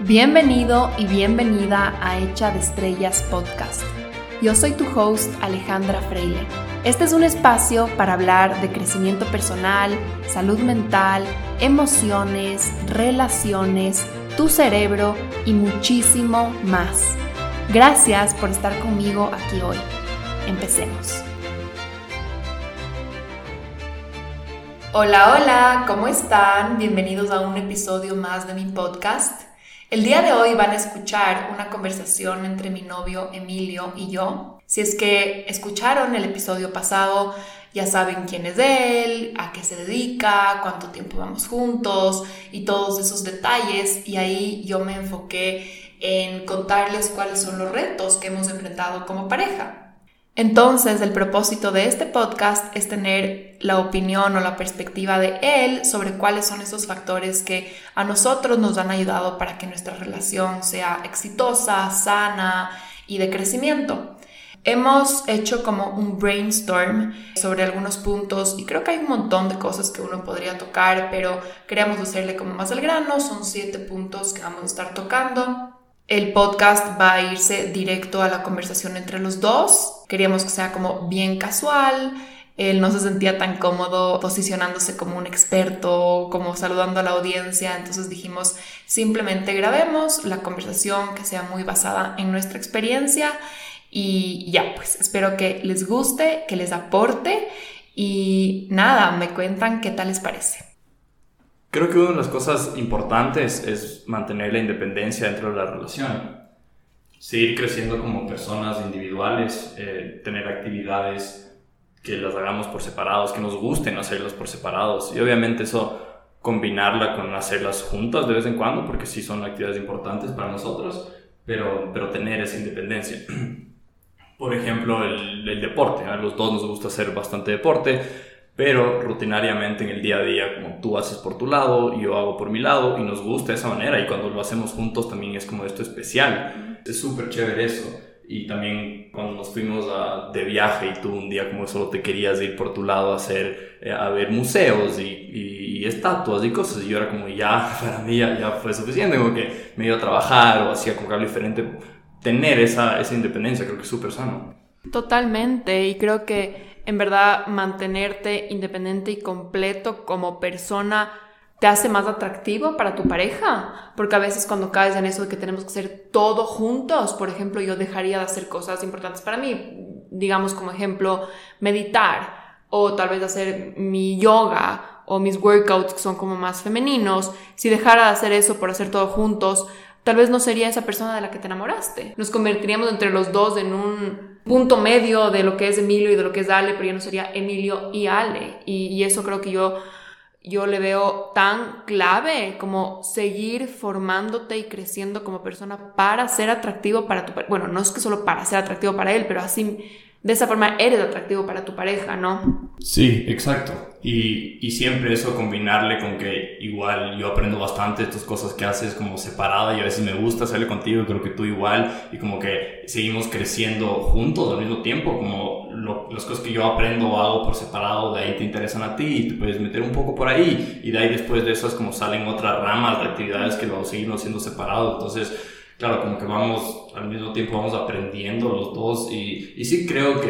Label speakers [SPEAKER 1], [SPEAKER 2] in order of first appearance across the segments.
[SPEAKER 1] Bienvenido y bienvenida a Hecha de Estrellas Podcast. Yo soy tu host Alejandra Freile. Este es un espacio para hablar de crecimiento personal, salud mental, emociones, relaciones, tu cerebro y muchísimo más. Gracias por estar conmigo aquí hoy. Empecemos. Hola, ¿cómo están? Bienvenidos a un episodio más de mi podcast. El día de hoy van a escuchar una conversación entre mi novio Emilio y yo. Si es que escucharon el episodio pasado, ya saben quién es él, a qué se dedica, cuánto tiempo vamos juntos y todos esos detalles. Y ahí yo me enfoqué en contarles cuáles son los retos que hemos enfrentado como pareja. Entonces, el propósito de este podcast es tener la opinión o la perspectiva de él sobre cuáles son esos factores que a nosotros nos han ayudado para que nuestra relación sea exitosa, sana y de crecimiento. Hemos hecho como un brainstorm sobre algunos puntos y creo que hay un montón de cosas que uno podría tocar, pero queríamos hacerle como más al grano. Son 7 puntos que vamos a estar tocando. El podcast va a irse directo a la conversación entre los dos. Queríamos que sea como bien casual. Él no se sentía tan cómodo posicionándose como un experto, como saludando a la audiencia. Entonces dijimos, simplemente grabemos la conversación que sea muy basada en nuestra experiencia. Y ya, pues espero que les guste, que les aporte. Y nada, me cuentan qué tal les parece.
[SPEAKER 2] Creo que una de las cosas importantes es mantener la independencia dentro de la relación. Seguir creciendo como personas individuales, tener actividades que las hagamos por separados, que nos gusten hacerlas por separados. Y obviamente eso combinarla con hacerlas juntas de vez en cuando, porque sí son actividades importantes para nosotros, pero tener esa independencia. Por ejemplo, el deporte. A los dos nos gusta hacer bastante deporte, pero rutinariamente en el día a día, como tú haces por tu lado y yo hago por mi lado, y nos gusta de esa manera, y cuando lo hacemos juntos también es como esto especial. Es súper chévere eso. Y también cuando nos fuimos de viaje y tú un día como solo te querías ir por tu lado a ver museos y estatuas y cosas, y yo era como para mí ya fue suficiente, como que me iba a trabajar o hacía como algo diferente. Tener esa independencia creo que es súper sano.
[SPEAKER 1] Totalmente, y creo que en verdad mantenerte independiente y completo como persona te hace más atractivo para tu pareja, porque a veces cuando caes en eso de que tenemos que hacer todo juntos, por ejemplo, yo dejaría de hacer cosas importantes para mí, digamos como ejemplo, meditar, o tal vez hacer mi yoga, o mis workouts que son como más femeninos. Si dejara de hacer eso por hacer todo juntos, tal vez no sería esa persona de la que te enamoraste. Nos convertiríamos entre los dos en un punto medio de lo que es Emilio y de lo que es Ale, pero ya no sería Emilio y Ale. Y eso creo que yo le veo tan clave como seguir formándote y creciendo como persona para ser atractivo para tu pareja. Bueno, no es que solo para ser atractivo para él, pero así, de esa forma eres atractivo para tu pareja, ¿no?
[SPEAKER 2] Sí, exacto. Y siempre eso combinarle con que igual yo aprendo bastante de tus cosas que haces como separada, y a veces me gusta hacerle contigo, y creo que tú igual, y como que seguimos creciendo juntos al mismo tiempo, como las cosas que yo aprendo o hago por separado, de ahí te interesan a ti y te puedes meter un poco por ahí, y de ahí después de eso es como salen otras ramas de actividades que lo seguimos haciendo separado. Entonces, claro, como que al mismo tiempo vamos aprendiendo los dos, y sí creo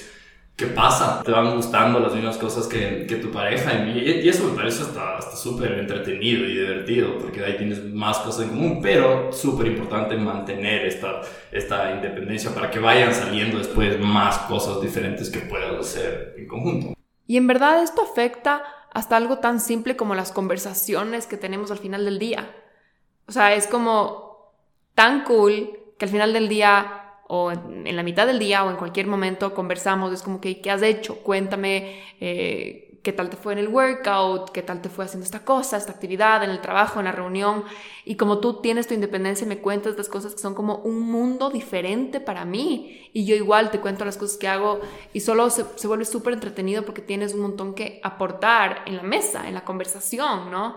[SPEAKER 2] que pasa, te van gustando las mismas cosas que tu pareja, y eso me parece hasta súper entretenido y divertido, porque de ahí tienes más cosas en común, pero súper importante mantener esta independencia para que vayan saliendo después más cosas diferentes que puedas hacer en conjunto.
[SPEAKER 1] Y en verdad esto afecta hasta algo tan simple como las conversaciones que tenemos al final del día. O sea, es como tan cool que al final del día o en la mitad del día o en cualquier momento conversamos. Es como que, ¿qué has hecho? Cuéntame qué tal te fue en el workout, qué tal te fue haciendo esta cosa, esta actividad, en el trabajo, en la reunión. Y como tú tienes tu independencia, me cuentas las cosas que son como un mundo diferente para mí. Y yo igual te cuento las cosas que hago, y solo se vuelve súper entretenido porque tienes un montón que aportar en la mesa, en la conversación, ¿no?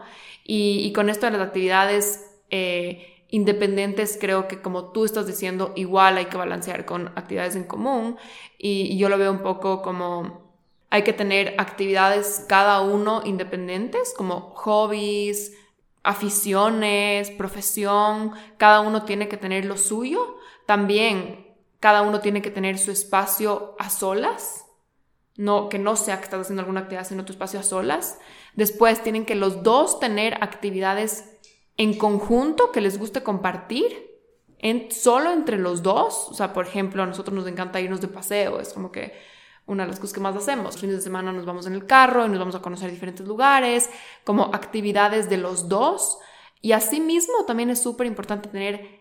[SPEAKER 1] Y con esto de las actividades independientes, creo que como tú estás diciendo, igual hay que balancear con actividades en común, y yo lo veo un poco como hay que tener actividades cada uno independientes, como hobbies, aficiones, profesión, cada uno tiene que tener lo suyo. También cada uno tiene que tener su espacio a solas, que no sea que estás haciendo alguna actividad, sino tu espacio a solas. Después tienen que los dos tener actividades en conjunto que les guste compartir, solo entre los dos. O sea, por ejemplo, a nosotros nos encanta irnos de paseo, es como que una de las cosas que más hacemos. Los fines de semana nos vamos en el carro y nos vamos a conocer diferentes lugares, como actividades de los dos. Y asimismo también es súper importante tener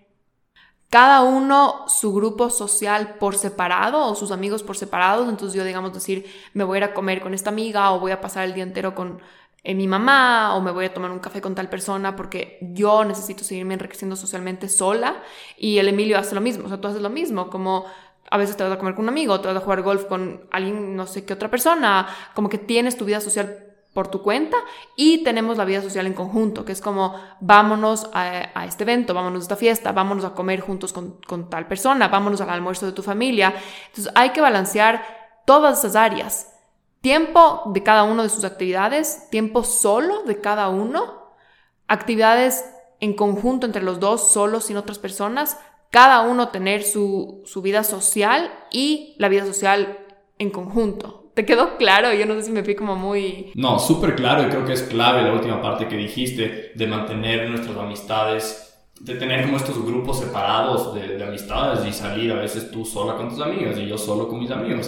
[SPEAKER 1] cada uno su grupo social por separado o sus amigos por separados. Entonces yo, digamos, decir, me voy a ir a comer con esta amiga o voy a pasar el día entero con mi mamá o me voy a tomar un café con tal persona porque yo necesito seguirme enriqueciendo socialmente sola. Y el Emilio hace lo mismo, o sea, tú haces lo mismo, como a veces te vas a comer con un amigo, te vas a jugar golf con alguien, no sé qué otra persona, como que tienes tu vida social por tu cuenta y tenemos la vida social en conjunto, que es como vámonos a este evento, vámonos a esta fiesta, vámonos a comer juntos con tal persona, vámonos al almuerzo de tu familia. Entonces hay que balancear todas esas áreas. Tiempo de cada uno de sus actividades, tiempo solo de cada uno, actividades en conjunto entre los dos, solos, sin otras personas, cada uno tener su vida social y la vida social en conjunto. ¿Te quedó claro? Yo no sé si me fui como muy...
[SPEAKER 2] No, súper claro, y creo que es clave la última parte que dijiste, de mantener nuestras amistades, de tener como estos grupos separados de amistades y salir a veces tú sola con tus amigas y yo solo con mis amigos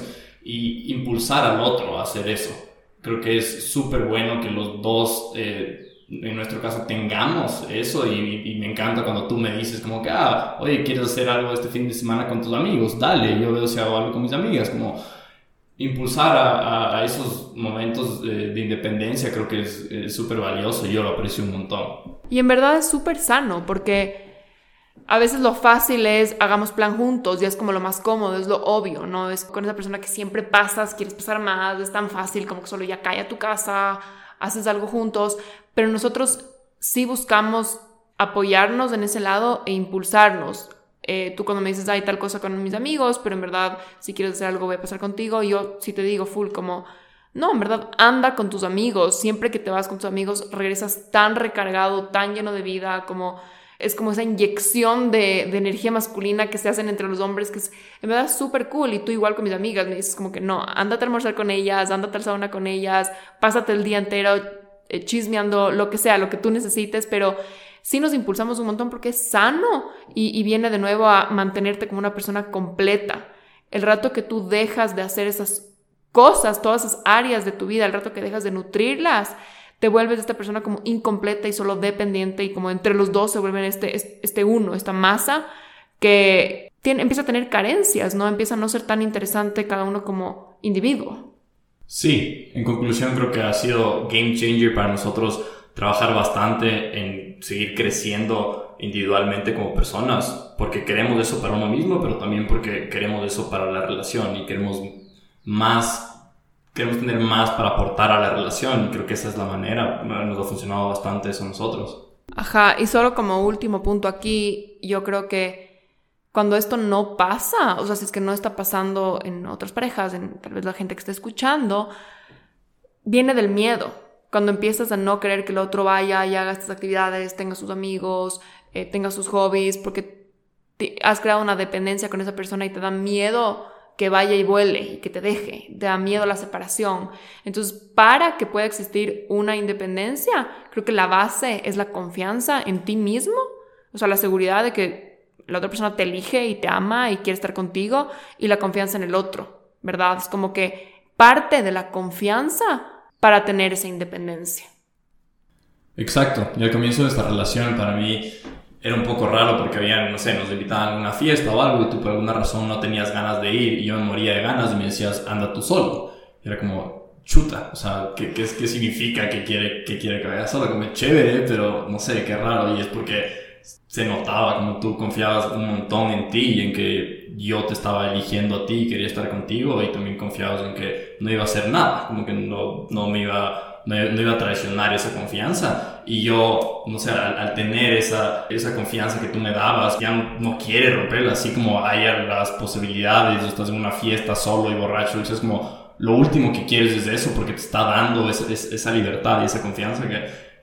[SPEAKER 2] y impulsar al otro a hacer eso. Creo que es súper bueno que los dos, en nuestro caso, tengamos eso y me encanta cuando tú me dices como que, oye, ¿quieres hacer algo este fin de semana con tus amigos? Dale, yo veo si hago algo con mis amigas, como... Impulsar a esos momentos de independencia creo que es súper valioso y yo lo aprecio un montón.
[SPEAKER 1] Y en verdad es súper sano porque a veces lo fácil es hagamos plan juntos y es como lo más cómodo, es lo obvio, ¿no? Es con esa persona que siempre pasas, quieres pasar más, es tan fácil como que solo ya cae a tu casa, haces algo juntos, pero nosotros sí buscamos apoyarnos en ese lado e impulsarnos. Tú cuando me dices, hay tal cosa con mis amigos, pero en verdad, si quieres hacer algo, voy a pasar contigo. Y yo sí te digo full como, no, en verdad, anda con tus amigos. Siempre que te vas con tus amigos, regresas tan recargado, tan lleno de vida, como es como esa inyección de energía masculina que se hacen entre los hombres, que es en verdad súper cool. Y tú igual con mis amigas, me dices como que no, ándate a almorzar con ellas, ándate al sauna con ellas, pásate el día entero chismeando, lo que sea, lo que tú necesites, pero... sí nos impulsamos un montón porque es sano y viene de nuevo a mantenerte como una persona completa. El rato que tú dejas de hacer esas cosas, todas esas áreas de tu vida, el rato que dejas de nutrirlas, te vuelves esta persona como incompleta y solo dependiente y como entre los dos se vuelven este uno, esta masa que empieza a tener carencias, ¿no? Empieza a no ser tan interesante cada uno como individuo.
[SPEAKER 2] Sí, en conclusión creo que ha sido game changer para nosotros trabajar bastante en seguir creciendo individualmente como personas, porque queremos eso para uno mismo, pero también porque queremos eso para la relación y queremos tener más para aportar a la relación. Creo que esa es la manera, nos ha funcionado bastante eso a nosotros.
[SPEAKER 1] Ajá, y solo como último punto aquí, yo creo que cuando esto no pasa, o sea, si es que no está pasando en otras parejas, en tal vez la gente que esté escuchando, viene del miedo. Cuando empiezas a no querer que el otro vaya y haga estas actividades, tenga sus amigos, tenga sus hobbies, porque has creado una dependencia con esa persona y te da miedo que vaya y vuele y que te deje, te da miedo la separación. Entonces, para que pueda existir una independencia, creo que la base es la confianza en ti mismo, o sea, la seguridad de que la otra persona te elige y te ama y quiere estar contigo, y la confianza en el otro, ¿verdad? Es como que parte de la confianza para tener esa independencia.
[SPEAKER 2] Exacto. Y al comienzo de esta relación para mí era un poco raro porque había, no sé, nos invitaban a una fiesta o algo y tú por alguna razón no tenías ganas de ir y yo me moría de ganas y me decías, anda tú solo. Y era como, chuta, o sea, ¿qué significa que quiere que vaya solo? Como chévere, pero no sé, qué raro. Y es porque se notaba como tú confiabas un montón en ti y en que yo te estaba eligiendo a ti y quería estar contigo, y también confiabas en que no iba a hacer nada, como que no iba a traicionar esa confianza. Y yo, no sé, al tener esa confianza que tú me dabas, ya no quiere romperla, así como hay las posibilidades, estás en una fiesta solo y borracho, es como lo último que quieres es eso, porque te está dando esa libertad y esa confianza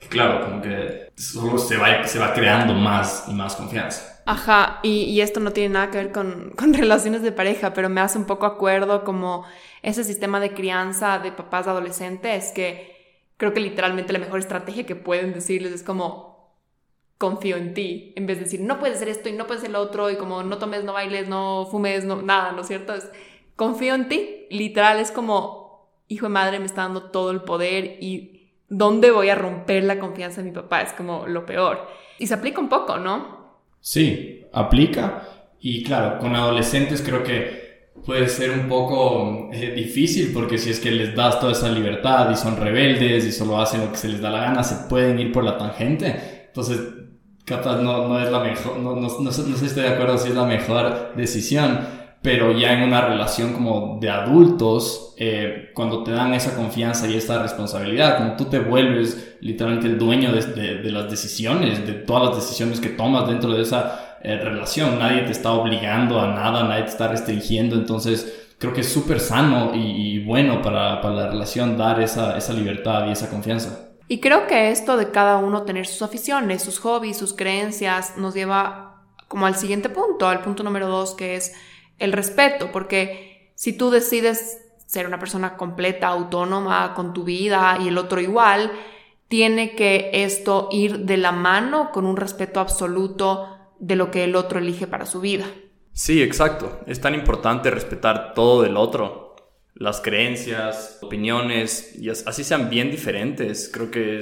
[SPEAKER 2] Claro, como que solo se va creando más y más confianza.
[SPEAKER 1] Ajá, y esto no tiene nada que ver con relaciones de pareja, pero me hace un poco acuerdo como ese sistema de crianza de papás adolescentes que creo que literalmente la mejor estrategia que pueden decirles es como confío en ti, en vez de decir no puedes hacer esto y no puedes hacer lo otro y como no tomes, no bailes, no fumes, no, nada, ¿no es cierto? Es confío en ti, literal es como hijo de madre me está dando todo el poder y ¿dónde voy a romper la confianza de mi papá? Es como lo peor. Y se aplica un poco, ¿no?
[SPEAKER 2] Sí, aplica. Y claro, con adolescentes creo que puede ser un poco difícil porque si es que les das toda esa libertad y son rebeldes y solo hacen lo que se les da la gana, se pueden ir por la tangente. Entonces, capaz no es la mejor, no sé si estoy de acuerdo si es la mejor decisión. Pero ya en una relación como de adultos, cuando te dan esa confianza y esta responsabilidad, como tú te vuelves literalmente el dueño de las decisiones, de todas las decisiones que tomas dentro de esa relación. Nadie te está obligando a nada, nadie te está restringiendo. Entonces creo que es súper sano y bueno para la relación dar esa libertad y esa confianza.
[SPEAKER 1] Y creo que esto de cada uno tener sus aficiones, sus hobbies, sus creencias, nos lleva como al siguiente punto, al punto número 2, que es el respeto, porque si tú decides ser una persona completa, autónoma con tu vida y el otro igual, tiene que esto ir de la mano con un respeto absoluto de lo que el otro elige para su vida.
[SPEAKER 2] Sí, exacto. Es tan importante respetar todo del otro, las creencias, opiniones, y así sean bien diferentes. Creo que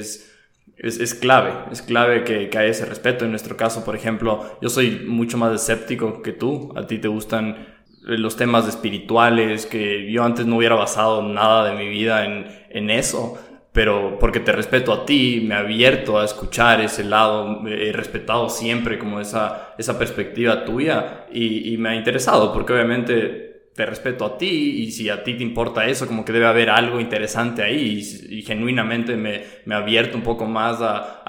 [SPEAKER 2] es clave que haya ese respeto. En nuestro caso, por ejemplo, yo soy mucho más escéptico que tú. A ti te gustan los temas espirituales, que yo antes no hubiera basado nada de mi vida en eso, pero porque te respeto a ti, me he abierto a escuchar ese lado, he respetado siempre como esa perspectiva tuya y me ha interesado, porque obviamente te respeto a ti y si a ti te importa eso, como que debe haber algo interesante ahí y genuinamente me he abierto un poco más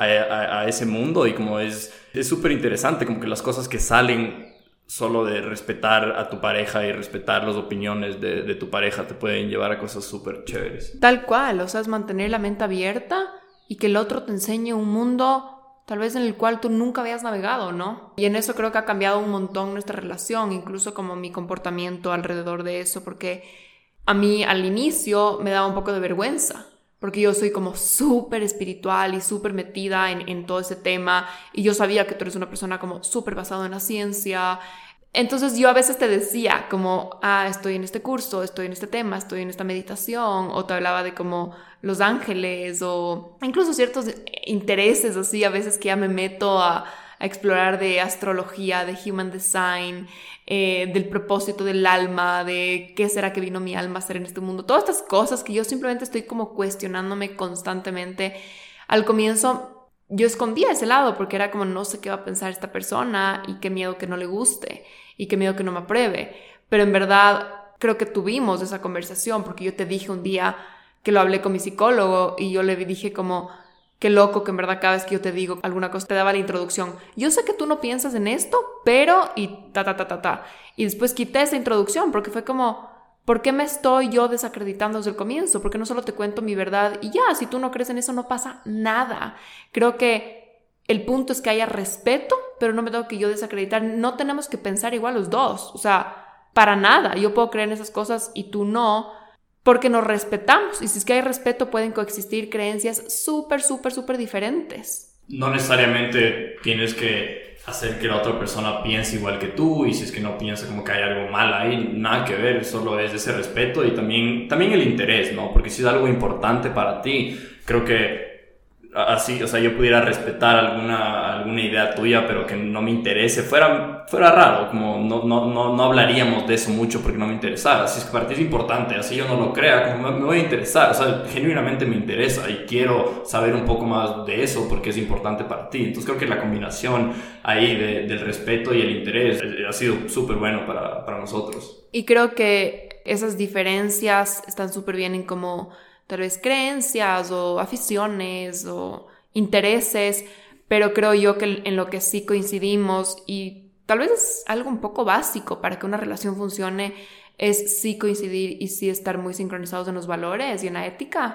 [SPEAKER 2] a ese mundo y como es súper interesante, como que las cosas que salen solo de respetar a tu pareja y respetar las opiniones de tu pareja te pueden llevar a cosas súper chéveres.
[SPEAKER 1] Tal cual, o sea, es mantener la mente abierta y que el otro te enseñe un mundo tal vez en el cual tú nunca habías navegado, ¿no? Y en eso creo que ha cambiado un montón nuestra relación, incluso como mi comportamiento alrededor de eso, porque a mí al inicio me daba un poco de vergüenza, porque yo soy como súper espiritual y súper metida en todo ese tema, y yo sabía que tú eres una persona como súper basada en la ciencia. Entonces yo a veces te decía como, estoy en este curso, estoy en este tema, estoy en esta meditación, o te hablaba de como los ángeles o incluso ciertos intereses así, a veces que ya me meto a explorar de astrología, de human design, del propósito del alma, de qué será que vino mi alma a hacer en este mundo. Todas estas cosas que yo simplemente estoy como cuestionándome constantemente. Al comienzo yo escondía ese lado porque era como no sé qué va a pensar esta persona y qué miedo que no le guste y qué miedo que no me apruebe. Pero en verdad creo que tuvimos esa conversación porque yo te dije un día que lo hablé con mi psicólogo y yo le dije como qué loco que en verdad cada vez que yo te digo alguna cosa te daba la introducción. Yo sé que tú no piensas en esto, pero y Y después quité esa introducción porque fue como ¿por qué me estoy yo desacreditando desde el comienzo? ¿Por qué no solo te cuento mi verdad? Y ya, si tú no crees en eso, no pasa nada. Creo que el punto es que haya respeto, pero no me tengo que yo desacreditar. No tenemos que pensar igual los dos. O sea, para nada. Yo puedo creer en esas cosas y tú no, porque nos respetamos. Y si es que hay respeto, pueden coexistir creencias súper diferentes.
[SPEAKER 2] No necesariamente tienes que hacer que la otra persona piense igual que tú y si es que no piensa como que hay algo mal ahí, nada que ver, solo es ese respeto y también el interés, ¿no? Porque si es algo importante para ti, creo que así, o sea, yo pudiera respetar alguna idea tuya, pero que no me interese, fuera raro, como no hablaríamos de eso mucho porque no me interesara. Así es que para ti es importante, así yo no lo crea, como me voy a interesar, o sea, genuinamente me interesa y quiero saber un poco más de eso porque es importante para ti. Entonces creo que la combinación ahí del respeto y el interés ha sido súper bueno para nosotros.
[SPEAKER 1] Y creo que esas diferencias están súper bien en cómo tal vez creencias o aficiones o intereses, pero creo yo que en lo que sí coincidimos y tal vez es algo un poco básico para que una relación funcione es sí coincidir y sí estar muy sincronizados en los valores y en la ética,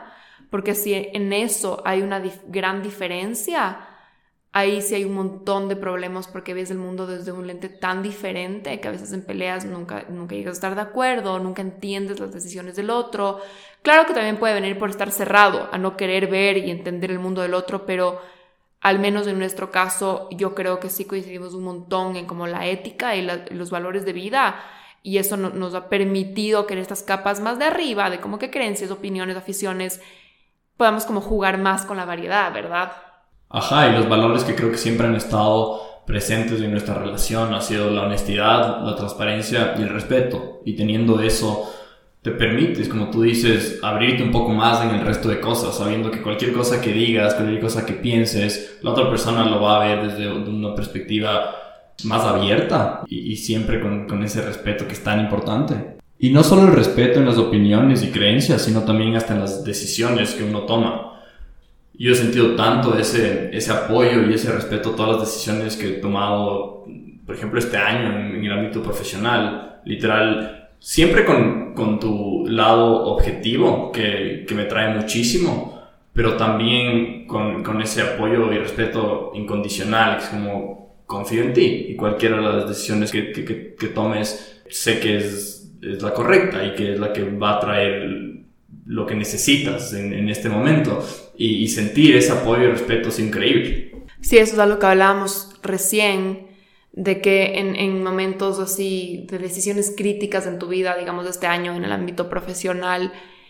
[SPEAKER 1] porque si en eso hay una gran diferencia, ahí sí hay un montón de problemas porque ves el mundo desde un lente tan diferente que a veces en peleas nunca llegas a estar de acuerdo, nunca entiendes las decisiones del otro. Claro que también puede venir por estar cerrado, a no querer ver y entender el mundo del otro, pero al menos en nuestro caso yo creo que sí coincidimos un montón en como la ética y los valores de vida, y eso nos ha permitido que en estas capas más de arriba, de como que creencias, opiniones, aficiones, podamos como jugar más con la variedad, ¿verdad?
[SPEAKER 2] Ajá, y los valores que creo que siempre han estado presentes en nuestra relación ha sido la honestidad, la transparencia y el respeto. Y teniendo eso, te permites, como tú dices, abrirte un poco más en el resto de cosas, sabiendo que cualquier cosa que digas, cualquier cosa que pienses, la otra persona lo va a ver desde una perspectiva más abierta y siempre con ese respeto que es tan importante. Y no solo el respeto en las opiniones y creencias, sino también hasta en las decisiones que uno toma. Yo he sentido tanto ese apoyo y ese respeto a todas las decisiones que he tomado, por ejemplo, este año en el ámbito profesional, literal, siempre con tu lado objetivo, que me trae muchísimo, pero también con ese apoyo y respeto incondicional, que es como, confío en ti, y cualquiera de las decisiones que tomes, sé que es la correcta y que es la que va a traer lo que necesitas en este momento, y sentir ese apoyo y respeto es increíble.
[SPEAKER 1] Sí, eso es algo que hablábamos recién, de que en momentos así de decisiones críticas en tu vida, digamos este año en el ámbito profesional,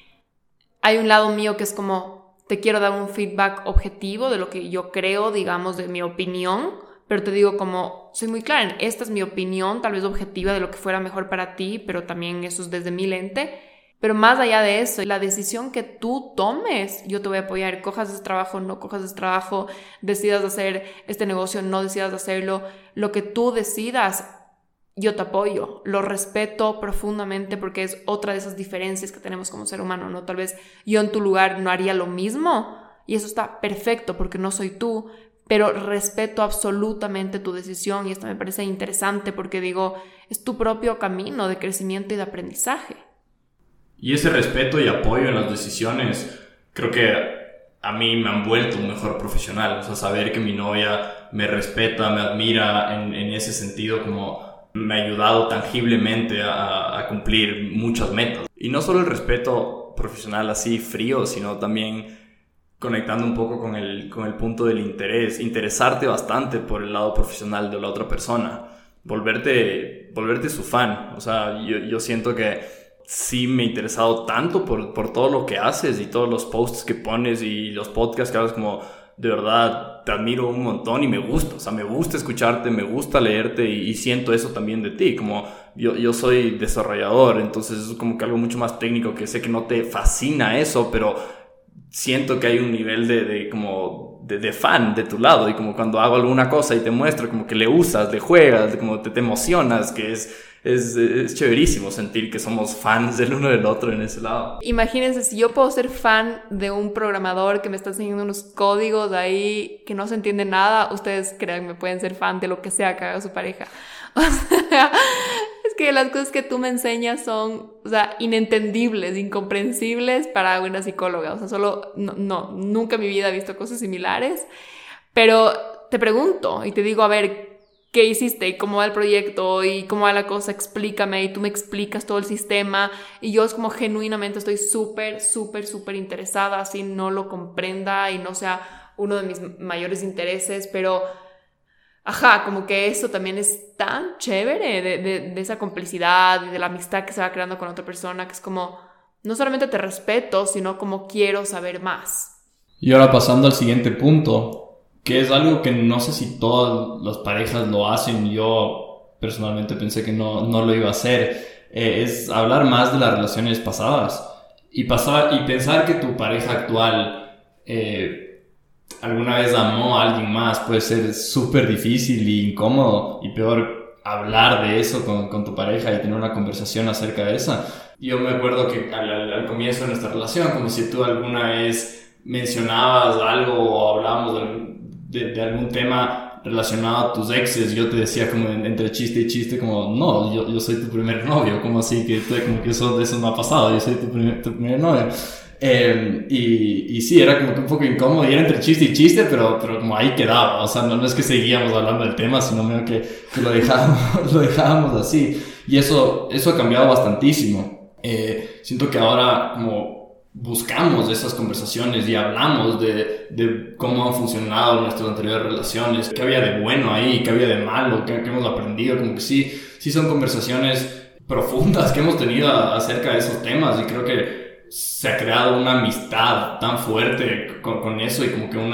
[SPEAKER 1] hay un lado mío que es como, te quiero dar un feedback objetivo de lo que yo creo, digamos, de mi opinión, pero te digo como, soy muy clara, esta es mi opinión, tal vez objetiva de lo que fuera mejor para ti, pero también eso es desde mi lente. Pero más allá de eso, la decisión que tú tomes, yo te voy a apoyar. Cojas ese trabajo, no cojas ese trabajo, decidas hacer este negocio, no decidas hacerlo. Lo que tú decidas, yo te apoyo. Lo respeto profundamente porque es otra de esas diferencias que tenemos como ser humano, ¿no? Tal vez yo en tu lugar no haría lo mismo y eso está perfecto porque no soy tú, pero respeto absolutamente tu decisión y esto me parece interesante porque digo, es tu propio camino de crecimiento y de aprendizaje.
[SPEAKER 2] Y ese respeto y apoyo en las decisiones, creo que a mí me han vuelto un mejor profesional. O sea, saber que mi novia me respeta, me admira en ese sentido, como me ha ayudado tangiblemente a cumplir muchas metas. Y no solo el respeto profesional así frío, sino también conectando un poco con el punto del interés. Interesarte bastante por el lado profesional de la otra persona. Volverte su fan. O sea, yo siento que sí me he interesado tanto por todo lo que haces y todos los posts que pones y los podcasts que hablas, como de verdad te admiro un montón y me gusta, o sea, me gusta escucharte, me gusta leerte y siento eso también de ti, como yo soy desarrollador, entonces es como que algo mucho más técnico que sé que no te fascina eso, pero siento que hay un nivel de fan de tu lado y como cuando hago alguna cosa y te muestro como que le usas, le juegas, como te emocionas, que es chéverísimo sentir que somos fans del uno del otro en ese lado.
[SPEAKER 1] Imagínense, si yo puedo ser fan de un programador que me está enseñando unos códigos ahí que no se entiende nada, ustedes créanme, pueden ser fan de lo que sea que haga su pareja. O sea, es que las cosas que tú me enseñas son, o sea, inentendibles, incomprensibles para una psicóloga. O sea, nunca en mi vida he visto cosas similares. Pero te pregunto y te digo, a ver, ¿qué hiciste? ¿Y cómo va el proyecto? ¿Y cómo va la cosa? Explícame. Y tú me explicas todo el sistema. Y yo es como genuinamente estoy súper interesada, así no lo comprenda y no sea uno de mis mayores intereses, pero ajá, como que eso también es tan chévere de esa complicidad y de la amistad que se va creando con otra persona, que es como, no solamente te respeto, sino como quiero saber más.
[SPEAKER 2] Y ahora pasando al siguiente punto, que es algo que no sé si todas las parejas lo hacen, yo personalmente pensé que no lo iba a hacer, es hablar más de las relaciones pasadas y pensar que tu pareja actual alguna vez amó a alguien más puede ser súper difícil e incómodo, y peor hablar de eso con tu pareja y tener una conversación acerca de eso. Yo me acuerdo que al comienzo de nuestra relación, como si tú alguna vez mencionabas algo o hablábamos de algún tema relacionado a tus exes, yo te decía como entre chiste y chiste como, no, yo soy tu primer novio, como así que como que eso no ha pasado, yo soy tu primer novio.
[SPEAKER 3] Y sí, era como que un poco incómodo y era entre chiste y chiste, pero como ahí quedaba. O sea, no es que seguíamos hablando del tema, sino medio que lo dejábamos así. Y eso ha cambiado bastantísimo. Siento que ahora como buscamos esas conversaciones y hablamos de cómo han funcionado nuestras anteriores relaciones, qué había de bueno ahí, qué había de malo, qué hemos aprendido. Como que sí son conversaciones profundas que hemos tenido acerca de esos temas, y creo que se ha creado una amistad tan fuerte con eso, y como que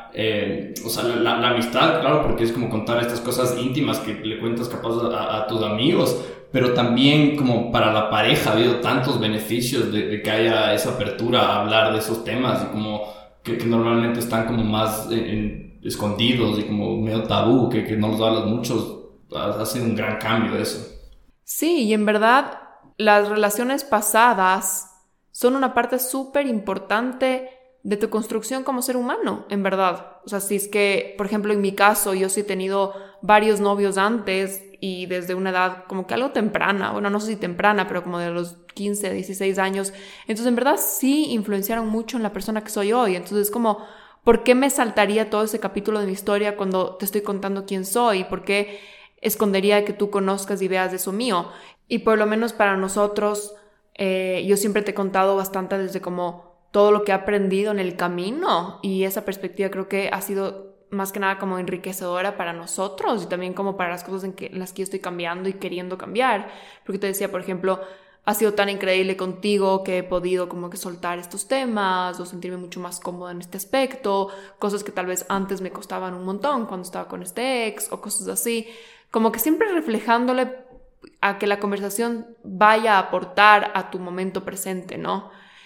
[SPEAKER 3] o sea, la amistad, claro, porque es como contar estas cosas íntimas que le cuentas capaz a tus amigos, pero también como para la pareja ha habido tantos beneficios de que haya esa apertura a hablar de esos temas, y como que normalmente están como más escondidos y como medio tabú, que no los hablas mucho. Ha sido un gran cambio eso.
[SPEAKER 1] Sí, y en verdad las relaciones pasadas son una parte súper importante de tu construcción como ser humano, en verdad. O sea, si es que, por ejemplo, en mi caso, yo sí he tenido varios novios antes y desde una edad como que algo temprana, bueno, no sé si temprana, pero como de los 15, 16 años. Entonces, en verdad, sí influenciaron mucho en la persona que soy hoy. Entonces, como, ¿por qué me saltaría todo ese capítulo de mi historia cuando te estoy contando quién soy? ¿Por qué escondería que tú conozcas y veas eso mío? Y por lo menos para nosotros, yo siempre te he contado bastante desde como todo lo que he aprendido en el camino, y esa perspectiva creo que ha sido más que nada como enriquecedora para nosotros y también como para las cosas en las que yo estoy cambiando y queriendo cambiar. Porque te decía, por ejemplo, ha sido tan increíble contigo que he podido como que soltar estos temas o sentirme mucho más cómoda en este aspecto, cosas que tal vez antes me costaban un montón cuando estaba con este ex o cosas así, como que siempre reflejándole a que la conversación vaya a aportar a tu momento presente, ¿no?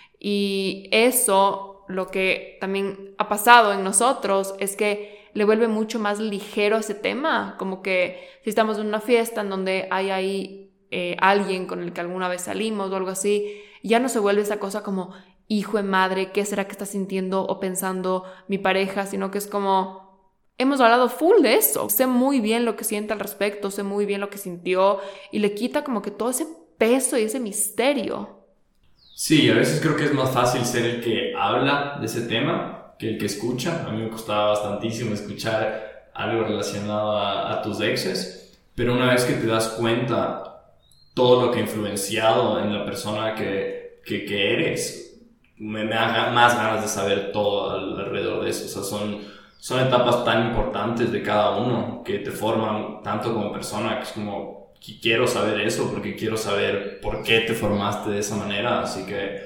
[SPEAKER 1] Y eso, lo que también ha pasado en nosotros es que le vuelve mucho más ligero ese tema, como que si estamos en una fiesta en donde hay ahí alguien con el que alguna vez salimos o algo así, ya no se vuelve esa cosa como, hijo de madre, ¿qué será que está sintiendo o pensando mi pareja? Sino que es como, hemos hablado full de eso, sé muy bien lo que siente al respecto, sé muy bien lo que sintió, y le quita como que todo ese peso y ese misterio.
[SPEAKER 3] Sí, a veces creo que es más fácil ser el que habla de ese tema que el que escucha. A mí me costaba bastantísimo escuchar algo relacionado a tus exes, pero una vez que te das cuenta todo lo que ha influenciado en la persona que eres, me da más ganas de saber todo alrededor de eso. O sea, son etapas tan importantes de cada uno que te forman tanto como persona, que es como, quiero saber eso porque quiero saber por qué te formaste de esa manera. Así que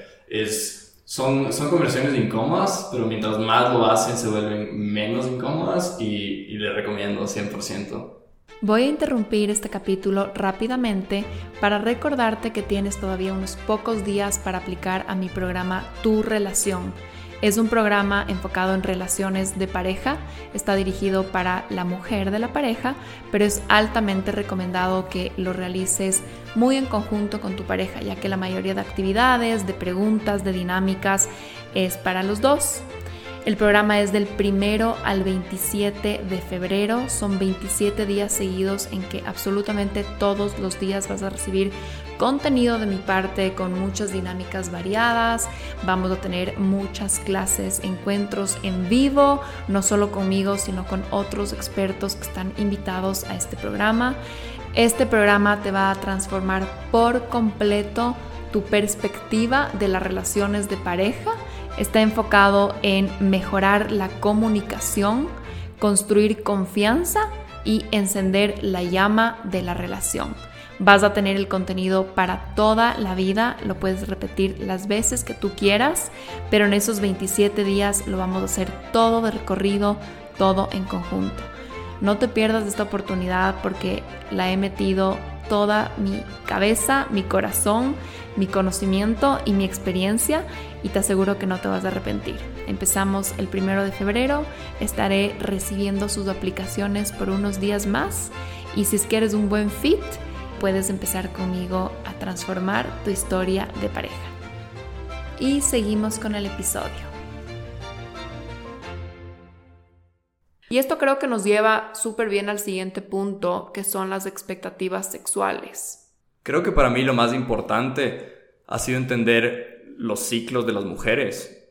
[SPEAKER 3] son conversaciones incómodas, pero mientras más lo hacen se vuelven menos incómodas, y le recomiendo 100%.
[SPEAKER 1] Voy a interrumpir este capítulo rápidamente para recordarte que tienes todavía unos pocos días para aplicar a mi programa Tu Relación. Es un programa enfocado en relaciones de pareja, está dirigido para la mujer de la pareja, pero es altamente recomendado que lo realices muy en conjunto con tu pareja, ya que la mayoría de actividades, de preguntas, de dinámicas es para los dos. El programa es del 1 al 27 de febrero, son 27 días seguidos en que absolutamente todos los días vas a recibir contenido de mi parte con muchas dinámicas variadas. Vamos a tener muchas clases, encuentros en vivo, no solo conmigo, sino con otros expertos que están invitados a este programa. Este programa te va a transformar por completo tu perspectiva de las relaciones de pareja. Está enfocado en mejorar la comunicación, construir confianza y encender la llama de la relación. Vas a tener el contenido para toda la vida, lo puedes repetir las veces que tú quieras, pero en esos 27 días lo vamos a hacer todo de recorrido, todo en conjunto. No te pierdas esta oportunidad porque la he metido toda mi cabeza, mi corazón, mi conocimiento y mi experiencia, y te aseguro que no te vas a arrepentir. Empezamos el 1 de febrero, estaré recibiendo sus aplicaciones por unos días más, y si es que eres un buen fit, puedes empezar conmigo a transformar tu historia de pareja. Y seguimos con el episodio. Y esto creo que nos lleva súper bien al siguiente punto, que son las expectativas sexuales.
[SPEAKER 2] Creo que para mí lo más importante ha sido entender los ciclos de las mujeres.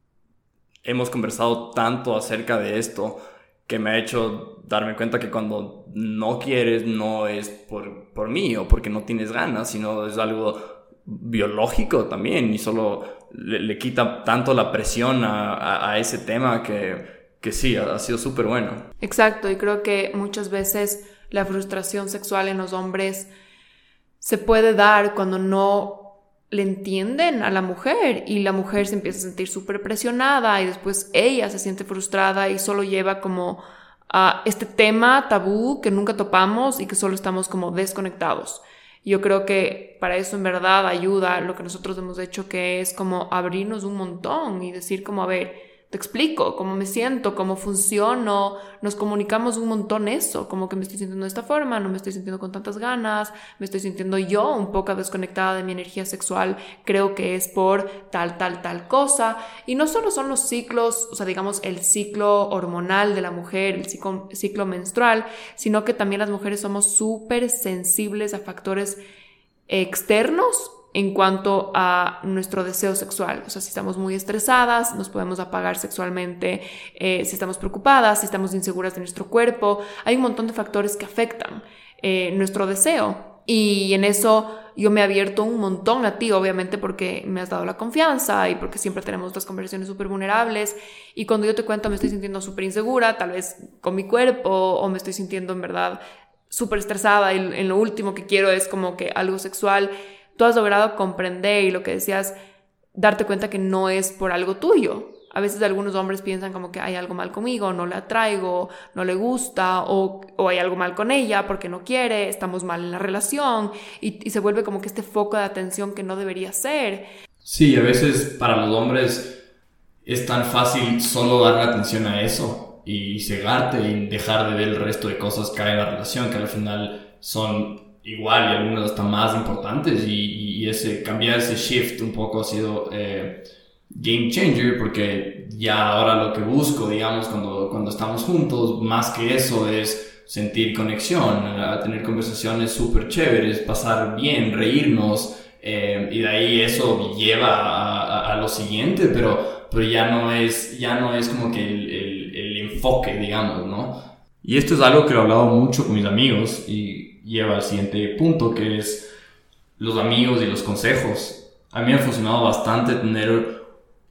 [SPEAKER 2] Hemos conversado tanto acerca de esto que me ha hecho darme cuenta que cuando no quieres no es por mí o porque no tienes ganas, sino es algo biológico también, y solo le quita tanto la presión a ese tema que sí, ha sido súper bueno.
[SPEAKER 1] Exacto, y creo que muchas veces la frustración sexual en los hombres se puede dar cuando no le entienden a la mujer y la mujer se empieza a sentir súper presionada y después ella se siente frustrada y solo lleva como a este tema tabú que nunca topamos y que solo estamos como desconectados. Yo creo que para eso en verdad ayuda lo que nosotros hemos hecho, que es como abrirnos un montón y decir como, a ver, te explico cómo me siento, cómo funciono, nos comunicamos un montón eso, como que me estoy sintiendo de esta forma, no me estoy sintiendo con tantas ganas, me estoy sintiendo yo un poco desconectada de mi energía sexual, creo que es por tal cosa. Y no solo son los ciclos, o sea, digamos el ciclo hormonal de la mujer, el ciclo menstrual, sino que también las mujeres somos súper sensibles a factores externos en cuanto a nuestro deseo sexual. O sea, si estamos muy estresadas, nos podemos apagar sexualmente, si estamos preocupadas, si estamos inseguras de nuestro cuerpo, hay un montón de factores que afectan nuestro deseo. Y en eso yo me he abierto un montón a ti, obviamente porque me has dado la confianza y porque siempre tenemos estas conversaciones súper vulnerables. Y cuando yo te cuento me estoy sintiendo súper insegura, tal vez con mi cuerpo, o me estoy sintiendo en verdad súper estresada y en lo último que quiero es como que algo sexual, tú has logrado comprender y lo que decías, darte cuenta que no es por algo tuyo. A veces algunos hombres piensan como que hay algo mal conmigo, no le atraigo, no le gusta, o hay algo mal con ella porque no quiere, estamos mal en la relación, y se vuelve como que este foco de atención que no debería ser.
[SPEAKER 3] Sí, a veces para los hombres es tan fácil solo darle atención a eso y cegarte y dejar de ver el resto de cosas que hay en la relación, que al final son igual y algunas hasta más importantes, y ese cambiar ese shift un poco ha sido game changer, porque ya ahora lo que busco, digamos, cuando estamos juntos, más que eso es sentir conexión, tener conversaciones súper chéveres, pasar bien, reírnos, y de ahí eso lleva a lo siguiente, pero ya no es como que el enfoque, digamos, ¿no? Y esto es algo que lo he hablado mucho con mis amigos y lleva al siguiente punto, que es los amigos y los consejos. A mí me ha funcionado bastante tener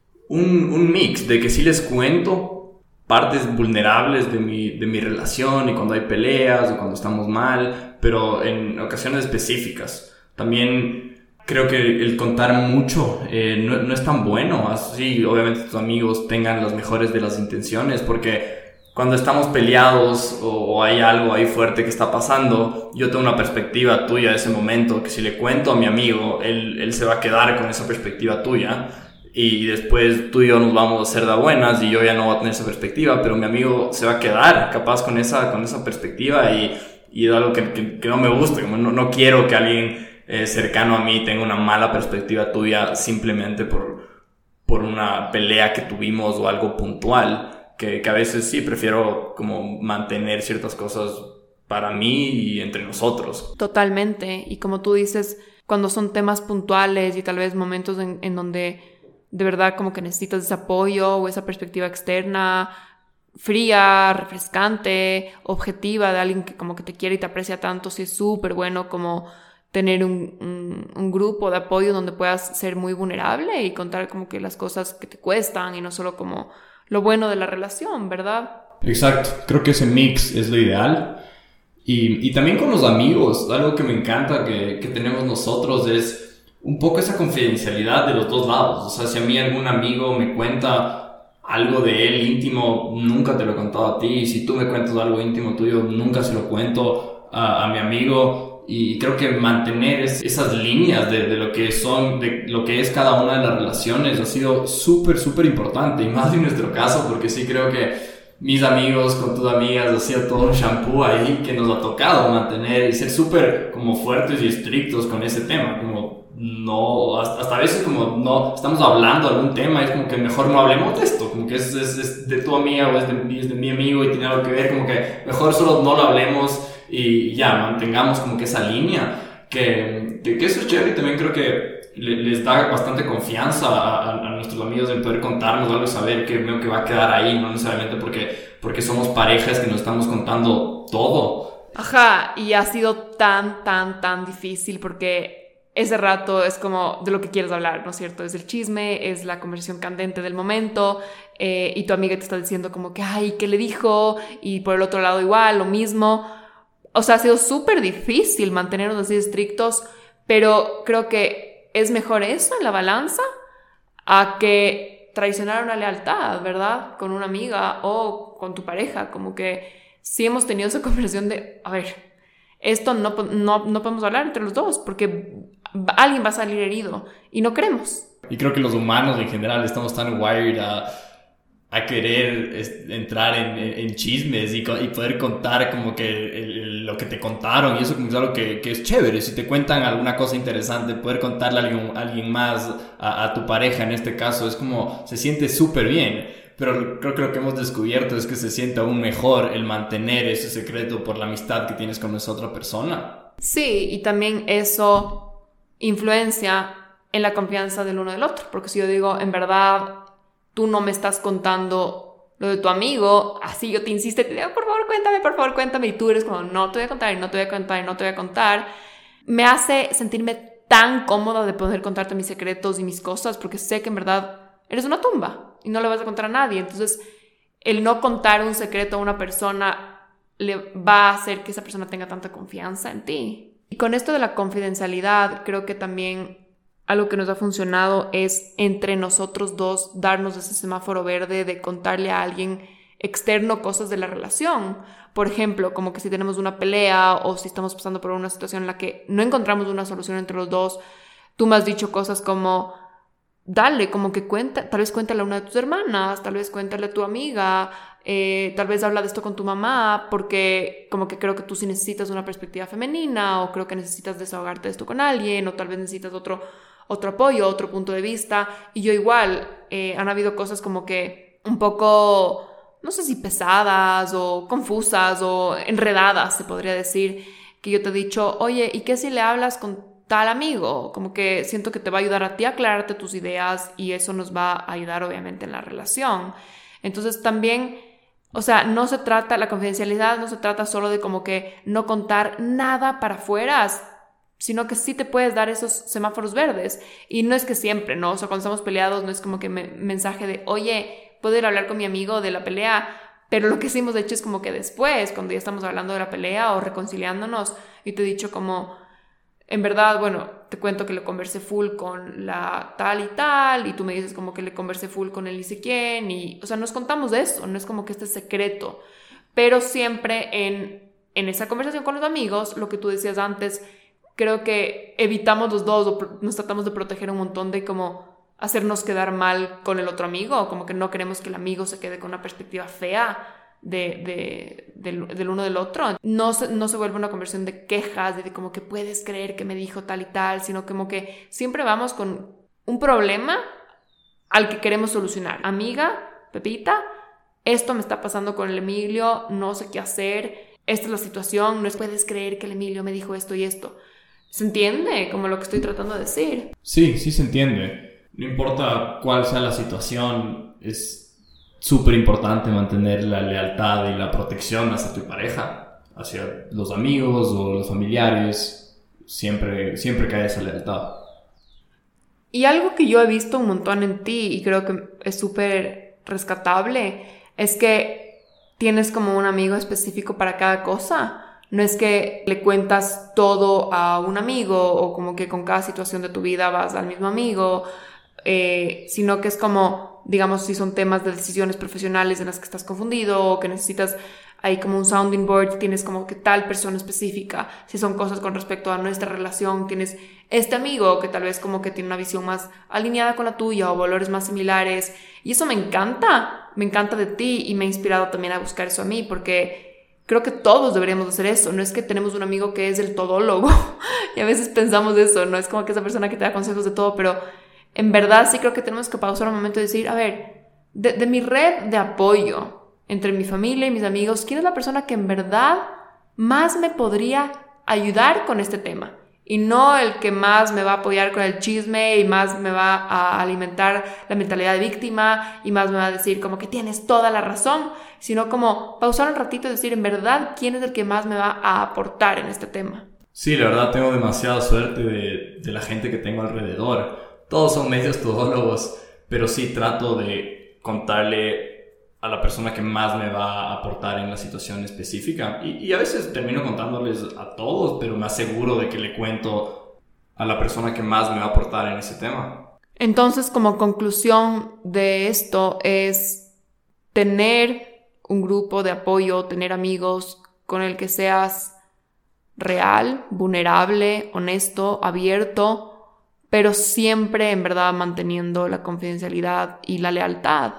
[SPEAKER 3] un mix de que sí les cuento partes vulnerables de mi relación y cuando hay peleas o cuando estamos mal, pero en ocasiones específicas. También creo que el contar mucho no es tan bueno. Así, obviamente tus amigos tengan las mejores de las intenciones, porque cuando estamos peleados o hay algo ahí fuerte que está pasando, yo tengo una perspectiva tuya de ese momento que si le cuento a mi amigo, él se va a quedar con esa perspectiva tuya, y después tú y yo nos vamos a hacer de buenas y yo ya no voy a tener esa perspectiva, pero mi amigo se va a quedar capaz con esa perspectiva, y es algo que no me gusta. Como no quiero que alguien cercano a mí tenga una mala perspectiva tuya simplemente por una pelea que tuvimos o algo puntual. Que a veces sí prefiero como mantener ciertas cosas para mí y entre nosotros.
[SPEAKER 1] Totalmente. Y como tú dices, cuando son temas puntuales y tal vez momentos en donde de verdad como que necesitas ese apoyo o esa perspectiva externa, fría, refrescante, objetiva, de alguien que como que te quiere y te aprecia tanto, sí es súper bueno como tener un grupo de apoyo donde puedas ser muy vulnerable y contar como que las cosas que te cuestan y no solo como lo bueno de la relación, ¿verdad? Exacto,
[SPEAKER 3] creo que ese mix es lo ideal. Y también con los amigos, algo que me encanta que tenemos nosotros es un poco esa confidencialidad de los dos lados. O sea, si a mí algún amigo me cuenta algo de él íntimo, nunca te lo he contado a ti. Y si tú me cuentas algo íntimo tuyo, nunca se lo cuento a mi amigo. Y creo que mantener esas líneas de lo que son, de lo que es cada una de las relaciones ha sido súper, súper importante. Y más en nuestro caso, porque sí creo que mis amigos con tus amigas ha sido todo un shampoo ahí que nos ha tocado mantener y ser súper como fuertes y estrictos con ese tema. Como no, hasta a veces como no estamos hablando de algún tema, es como que mejor no hablemos de esto, como que es de tu amiga o es de mi amigo y tiene algo que ver, como que mejor solo no lo hablemos y ya, mantengamos como que esa línea, que eso es chévere. Y también creo que les da bastante confianza a nuestros amigos en poder contarnos algo y saber que va a quedar ahí, no necesariamente porque somos parejas que nos estamos contando todo.
[SPEAKER 1] Ajá, y ha sido tan difícil porque ese rato es como de lo que quieres hablar, ¿no es cierto? Es el chisme, es la conversación candente del momento, y tu amiga te está diciendo como que, ay, ¿qué le dijo? Y por el otro lado igual, lo mismo. O sea, ha sido súper difícil mantenernos así estrictos, pero creo que es mejor eso en la balanza a que traicionar una lealtad, ¿verdad? Con una amiga o con tu pareja, como que sí hemos tenido esa conversación de, a ver, esto no podemos hablar entre los dos porque alguien va a salir herido y no queremos.
[SPEAKER 3] Y creo que los humanos en general estamos tan wired a querer entrar en chismes y poder contar como que lo que te contaron, y eso como es algo que es chévere. Si te cuentan alguna cosa interesante, poder contarle a alguien más, a tu pareja en este caso, es como, se siente súper bien. Pero creo que lo que hemos descubierto es que se siente aún mejor el mantener ese secreto por la amistad que tienes con esa otra persona.
[SPEAKER 1] Sí, y también eso influencia en la confianza del uno del otro, porque si yo digo, en verdad, tú no me estás contando lo de tu amigo, así yo te insisto, te digo, por favor, cuéntame, y tú eres como, no te voy a contar, y no te voy a contar, y no te voy a contar, me hace sentirme tan cómoda de poder contarte mis secretos y mis cosas, porque sé que en verdad eres una tumba, y no le vas a contar a nadie. Entonces, el no contar un secreto a una persona le va a hacer que esa persona tenga tanta confianza en ti. Y con esto de la confidencialidad, creo que también algo que nos ha funcionado es entre nosotros dos darnos ese semáforo verde de contarle a alguien externo cosas de la relación. Por ejemplo, como que si tenemos una pelea o si estamos pasando por una situación en la que no encontramos una solución entre los dos, tú me has dicho cosas como, dale, como que tal vez cuéntale a una de tus hermanas, tal vez cuéntale a tu amiga, tal vez habla de esto con tu mamá, porque como que creo que tú sí necesitas una perspectiva femenina, o creo que necesitas desahogarte de esto con alguien, o tal vez necesitas otro apoyo, otro punto de vista. Y yo igual, han habido cosas como que un poco, no sé si pesadas o confusas o enredadas, se podría decir, que yo te he dicho, oye, ¿y qué si le hablas con tal amigo? Como que siento que te va a ayudar a ti a aclararte tus ideas y eso nos va a ayudar obviamente en la relación. Entonces también, o sea, la confidencialidad no se trata solo de como que no contar nada para afuera, sino que sí te puedes dar esos semáforos verdes. Y no es que siempre, ¿no? O sea, cuando estamos peleados no es como que mensaje de, oye, ¿puedo ir a hablar con mi amigo de la pelea? Pero lo que sí hemos hecho es como que después, cuando ya estamos hablando de la pelea o reconciliándonos, y te he dicho como, en verdad, bueno, te cuento que le conversé full con la tal y tal, y tú me dices como que le conversé full con él y sé quién, y, o sea, nos contamos de eso, no es como que este secreto. Pero siempre en esa conversación con los amigos, lo que tú decías antes, creo que evitamos los dos o nos tratamos de proteger un montón de como hacernos quedar mal con el otro amigo, o como que no queremos que el amigo se quede con una perspectiva fea del uno del otro. No se vuelve una conversación de quejas, de como que puedes creer que me dijo tal y tal, sino como que siempre vamos con un problema al que queremos solucionar. Amiga, Pepita, esto me está pasando con el Emilio, no sé qué hacer, esta es la situación, no puedes creer que el Emilio me dijo esto y esto. ¿Se entiende como lo que estoy tratando de decir?
[SPEAKER 3] Sí se entiende. No importa cuál sea la situación, es súper importante mantener la lealtad y la protección hacia tu pareja, hacia los amigos o los familiares. Siempre que haya esa lealtad.
[SPEAKER 1] Y algo que yo he visto un montón en ti y creo que es súper rescatable es que tienes como un amigo específico para cada cosa. No es que le cuentas todo a un amigo o como que con cada situación de tu vida vas al mismo amigo, sino que es como, digamos, si son temas de decisiones profesionales en las que estás confundido o que necesitas ahí como un sounding board, tienes como que tal persona específica. Si son cosas con respecto a nuestra relación, tienes este amigo que tal vez como que tiene una visión más alineada con la tuya o valores más similares. Y eso me encanta de ti y me ha inspirado también a buscar eso a mí, porque creo que todos deberíamos hacer eso. No es que tenemos un amigo que es el todólogo y a veces pensamos eso, no es como que esa persona que te da consejos de todo, pero en verdad sí creo que tenemos que pausar un momento y decir, a ver, de mi red de apoyo entre mi familia y mis amigos, ¿quién es la persona que en verdad más me podría ayudar con este tema? y no el que más me va a apoyar con el chisme y más me va a alimentar la mentalidad de víctima y más me va a decir como que tienes toda la razón, sino como pausar un ratito y decir en verdad quién es el que más me va a aportar en este tema.
[SPEAKER 3] Sí, la verdad tengo demasiada suerte de la gente que tengo alrededor. Todos son medios todólogos, pero sí trato de contarle a la persona que más me va a aportar en la situación específica. Y a veces termino contándoles a todos, pero me aseguro de que le cuento a la persona que más me va a aportar en ese tema.
[SPEAKER 1] Entonces, como conclusión de esto es tener un grupo de apoyo, tener amigos con el que seas real, vulnerable, honesto, abierto, pero siempre en verdad manteniendo la confidencialidad y la lealtad.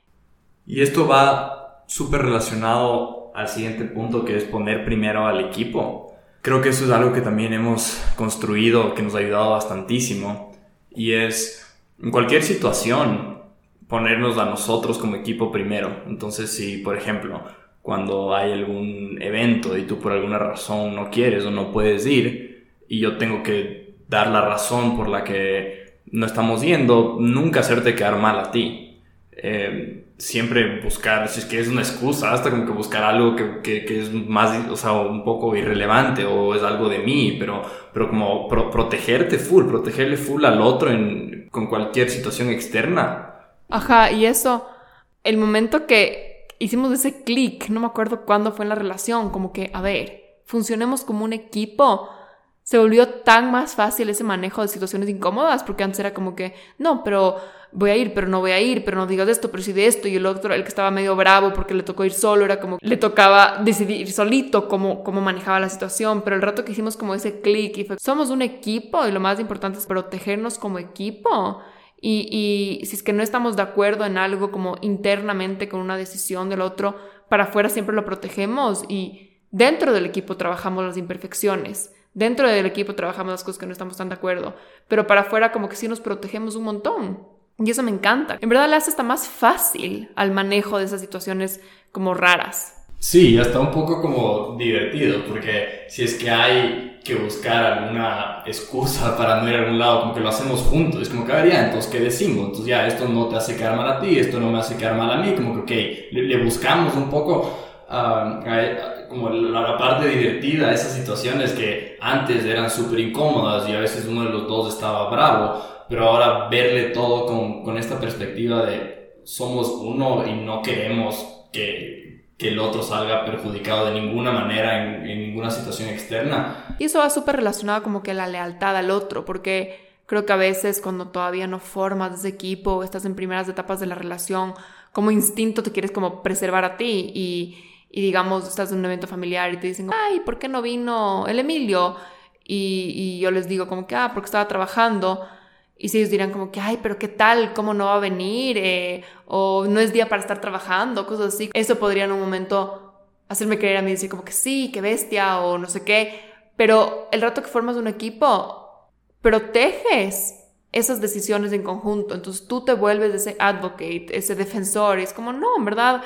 [SPEAKER 2] Y esto va súper relacionado al siguiente punto, que es poner primero al equipo. Creo que eso es algo que también hemos construido, que nos ha ayudado bastantísimo, y es en cualquier situación ponernos a nosotros como equipo primero. Entonces, si por ejemplo cuando hay algún evento y tú por alguna razón no quieres o no puedes ir y yo tengo que dar la razón por la que no estamos yendo, nunca hacerte quedar mal a ti. Siempre buscar, si es que es una excusa, hasta como que buscar algo que es más, o sea, un poco irrelevante o es algo de mí, pero como protegerle full al otro con cualquier situación externa.
[SPEAKER 1] Ajá, y eso, el momento que hicimos ese clic, no me acuerdo cuándo fue en la relación, como que, a ver, funcionemos como un equipo. Se volvió tan más fácil ese manejo de situaciones incómodas, porque antes era como que, no, pero voy a ir, pero no voy a ir, pero no digas esto, pero sí de esto, y el otro, el que estaba medio bravo porque le tocó ir solo, era como, le tocaba decidir solito cómo manejaba la situación, pero el rato que hicimos como ese clic y fue, somos un equipo y lo más importante es protegernos como equipo. Y si es que no estamos de acuerdo en algo como internamente con una decisión del otro, para afuera siempre lo protegemos y dentro del equipo trabajamos las imperfecciones, dentro del equipo trabajamos las cosas que no estamos tan de acuerdo, pero para afuera como que sí nos protegemos un montón y eso me encanta. En verdad le hace hasta más fácil al manejo de esas situaciones como raras.
[SPEAKER 3] Sí, hasta un poco como divertido, porque si es que hay que buscar alguna excusa para no ir a algún lado, como que lo hacemos juntos, es como que, a ver, ya, entonces, ¿qué decimos? Entonces, ya, esto no te hace quedar mal a ti, esto no me hace quedar mal a mí, como que, ok, le buscamos un poco como la parte divertida a esas situaciones que antes eran súper incómodas y a veces uno de los dos estaba bravo, pero ahora verle todo con esta perspectiva de somos uno y no queremos que el otro salga perjudicado de ninguna manera en ninguna situación externa.
[SPEAKER 1] Y eso va súper relacionado como que la lealtad al otro, porque creo que a veces cuando todavía no formas ese equipo o estás en primeras etapas de la relación, como instinto te quieres como preservar a ti y digamos estás en un evento familiar y te dicen, ay, ¿por qué no vino el Emilio? Y yo les digo como que, porque estaba trabajando. Y si ellos dirán como que, ay, pero ¿qué tal? ¿Cómo no va a venir? O no es día para estar trabajando, cosas así. Eso podría en un momento hacerme creer a mí, decir como que sí, qué bestia, o no sé qué. Pero el rato que formas un equipo, proteges esas decisiones en conjunto. Entonces tú te vuelves ese advocate, ese defensor. Y es como, no, en verdad,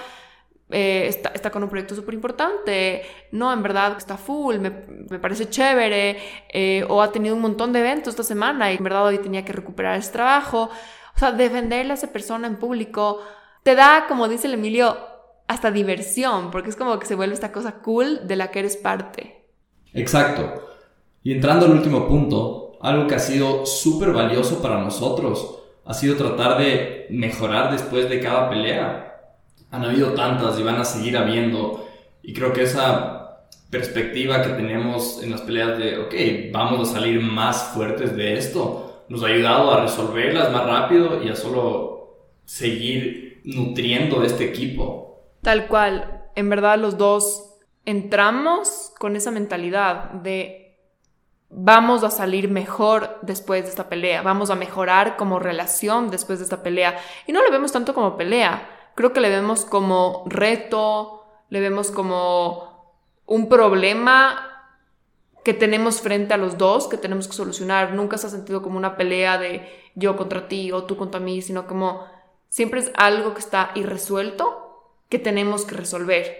[SPEAKER 1] está con un proyecto súper importante, no, en verdad está full, me parece chévere, o ha tenido un montón de eventos esta semana y en verdad hoy tenía que recuperar ese trabajo. O sea, defenderle a esa persona en público te da, como dice el Emilio, hasta diversión, porque es como que se vuelve esta cosa cool de la que eres parte.
[SPEAKER 3] Exacto. Y entrando al último punto, algo que ha sido súper valioso para nosotros ha sido tratar de mejorar después de cada pelea. Han habido tantas y van a seguir habiendo, y creo que esa perspectiva que tenemos en las peleas de, ok, vamos a salir más fuertes de esto, nos ha ayudado a resolverlas más rápido y a solo seguir nutriendo este equipo.
[SPEAKER 1] Tal cual, en verdad los dos entramos con esa mentalidad de vamos a salir mejor después de esta pelea, vamos a mejorar como relación después de esta pelea, y no lo vemos tanto como pelea. Creo que le vemos como reto, le vemos como un problema que tenemos frente a los dos, que tenemos que solucionar. Nunca se ha sentido como una pelea de yo contra ti o tú contra mí, sino como siempre es algo que está irresuelto, que tenemos que resolver.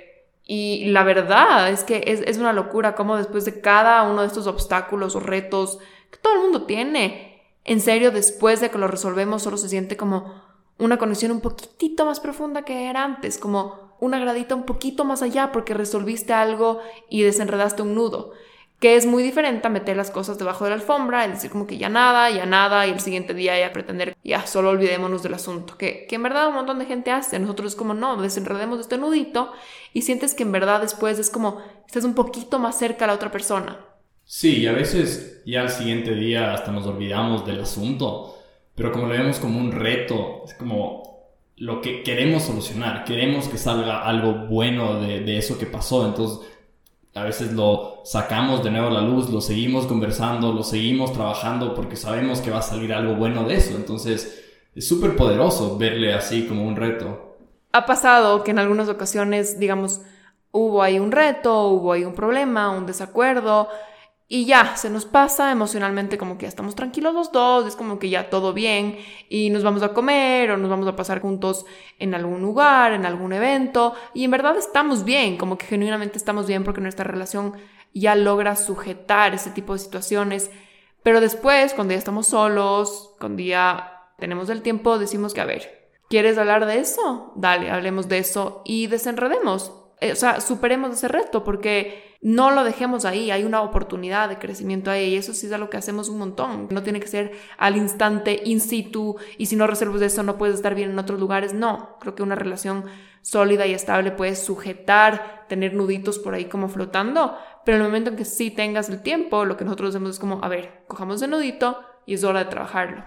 [SPEAKER 1] Y la verdad es que es una locura cómo después de cada uno de estos obstáculos o retos que todo el mundo tiene, en serio, después de que lo resolvemos, solo se siente como una conexión un poquitito más profunda que era antes, como una gradita un poquito más allá porque resolviste algo y desenredaste un nudo, que es muy diferente a meter las cosas debajo de la alfombra y decir como que ya nada, y el siguiente día ya pretender, ya solo olvidémonos del asunto, que en verdad un montón de gente hace. Nosotros es como, no, desenredemos este nudito y sientes que en verdad después es como, estás un poquito más cerca a la otra persona.
[SPEAKER 3] Sí, y a veces ya al siguiente día hasta nos olvidamos del asunto, pero como lo vemos como un reto, es como lo que queremos solucionar, queremos que salga algo bueno de eso que pasó, entonces a veces lo sacamos de nuevo a la luz, lo seguimos conversando, lo seguimos trabajando porque sabemos que va a salir algo bueno de eso. Entonces es súper poderoso verle así como un reto.
[SPEAKER 1] Ha pasado que en algunas ocasiones, digamos, hubo ahí un reto, hubo ahí un problema, un desacuerdo y ya, se nos pasa emocionalmente como que ya estamos tranquilos los dos, es como que ya todo bien y nos vamos a comer o nos vamos a pasar juntos en algún lugar, en algún evento y en verdad estamos bien, como que genuinamente estamos bien porque nuestra relación ya logra sujetar ese tipo de situaciones, pero después cuando ya estamos solos, cuando ya tenemos el tiempo, decimos que a ver, ¿quieres hablar de eso? Dale, hablemos de eso y desenredemos. O sea, superemos ese reto porque no lo dejemos ahí, hay una oportunidad de crecimiento ahí y eso sí es algo que hacemos un montón. No tiene que ser al instante, in situ, y si no resuelves eso no puedes estar bien en otros lugares. No, creo que una relación sólida y estable puedes sujetar, tener nuditos por ahí como flotando, pero en el momento en que sí tengas el tiempo, lo que nosotros hacemos es como, a ver, cojamos ese nudito y es hora de trabajarlo.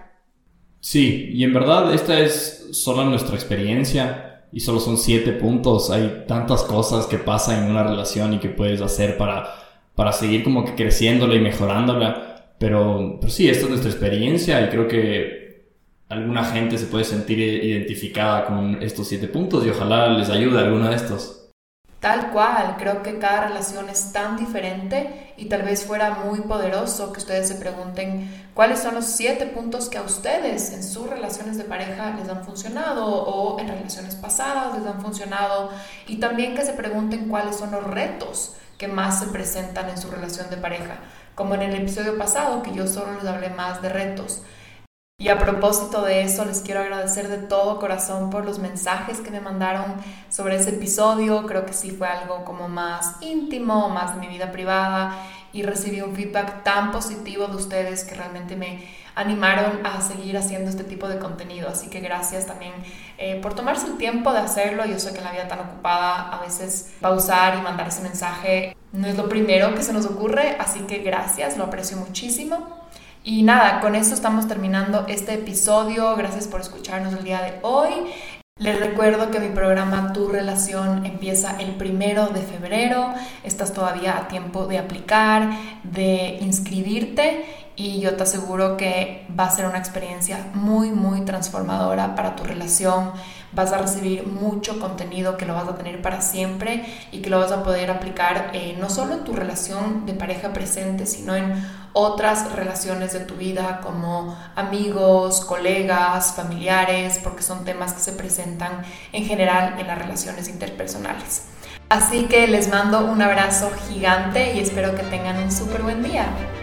[SPEAKER 3] Sí, y en verdad esta es solo nuestra experiencia. Y solo son 7 puntos. Hay tantas cosas que pasan en una relación y que puedes hacer para seguir como que creciéndola y mejorándola. Pero sí, esta es nuestra experiencia y creo que alguna gente se puede sentir identificada con estos 7 puntos y ojalá les ayude a alguno de estos.
[SPEAKER 1] Tal cual, creo que cada relación es tan diferente y tal vez fuera muy poderoso que ustedes se pregunten cuáles son los 7 puntos que a ustedes en sus relaciones de pareja les han funcionado o en relaciones pasadas les han funcionado y también que se pregunten cuáles son los retos que más se presentan en su relación de pareja, como en el episodio pasado que yo solo les hablé más de retos. Y a propósito de eso, les quiero agradecer de todo corazón por los mensajes que me mandaron sobre ese episodio. Creo que sí fue algo como más íntimo, más de mi vida privada y recibí un feedback tan positivo de ustedes que realmente me animaron a seguir haciendo este tipo de contenido. Así que gracias también por tomarse el tiempo de hacerlo. Yo sé que en la vida tan ocupada a veces pausar y mandar ese mensaje no es lo primero que se nos ocurre, así que gracias, lo aprecio muchísimo. Y nada, con esto estamos terminando este episodio. Gracias por escucharnos el día de hoy. Les recuerdo que mi programa Tu Relación empieza el 1 de febrero. Estás todavía a tiempo de aplicar, de inscribirte y yo te aseguro que va a ser una experiencia muy, muy transformadora para tu relación. Vas a recibir mucho contenido que lo vas a tener para siempre y que lo vas a poder aplicar no solo en tu relación de pareja presente, sino en otras relaciones de tu vida como amigos, colegas, familiares, porque son temas que se presentan en general en las relaciones interpersonales. Así que les mando un abrazo gigante y espero que tengan un súper buen día.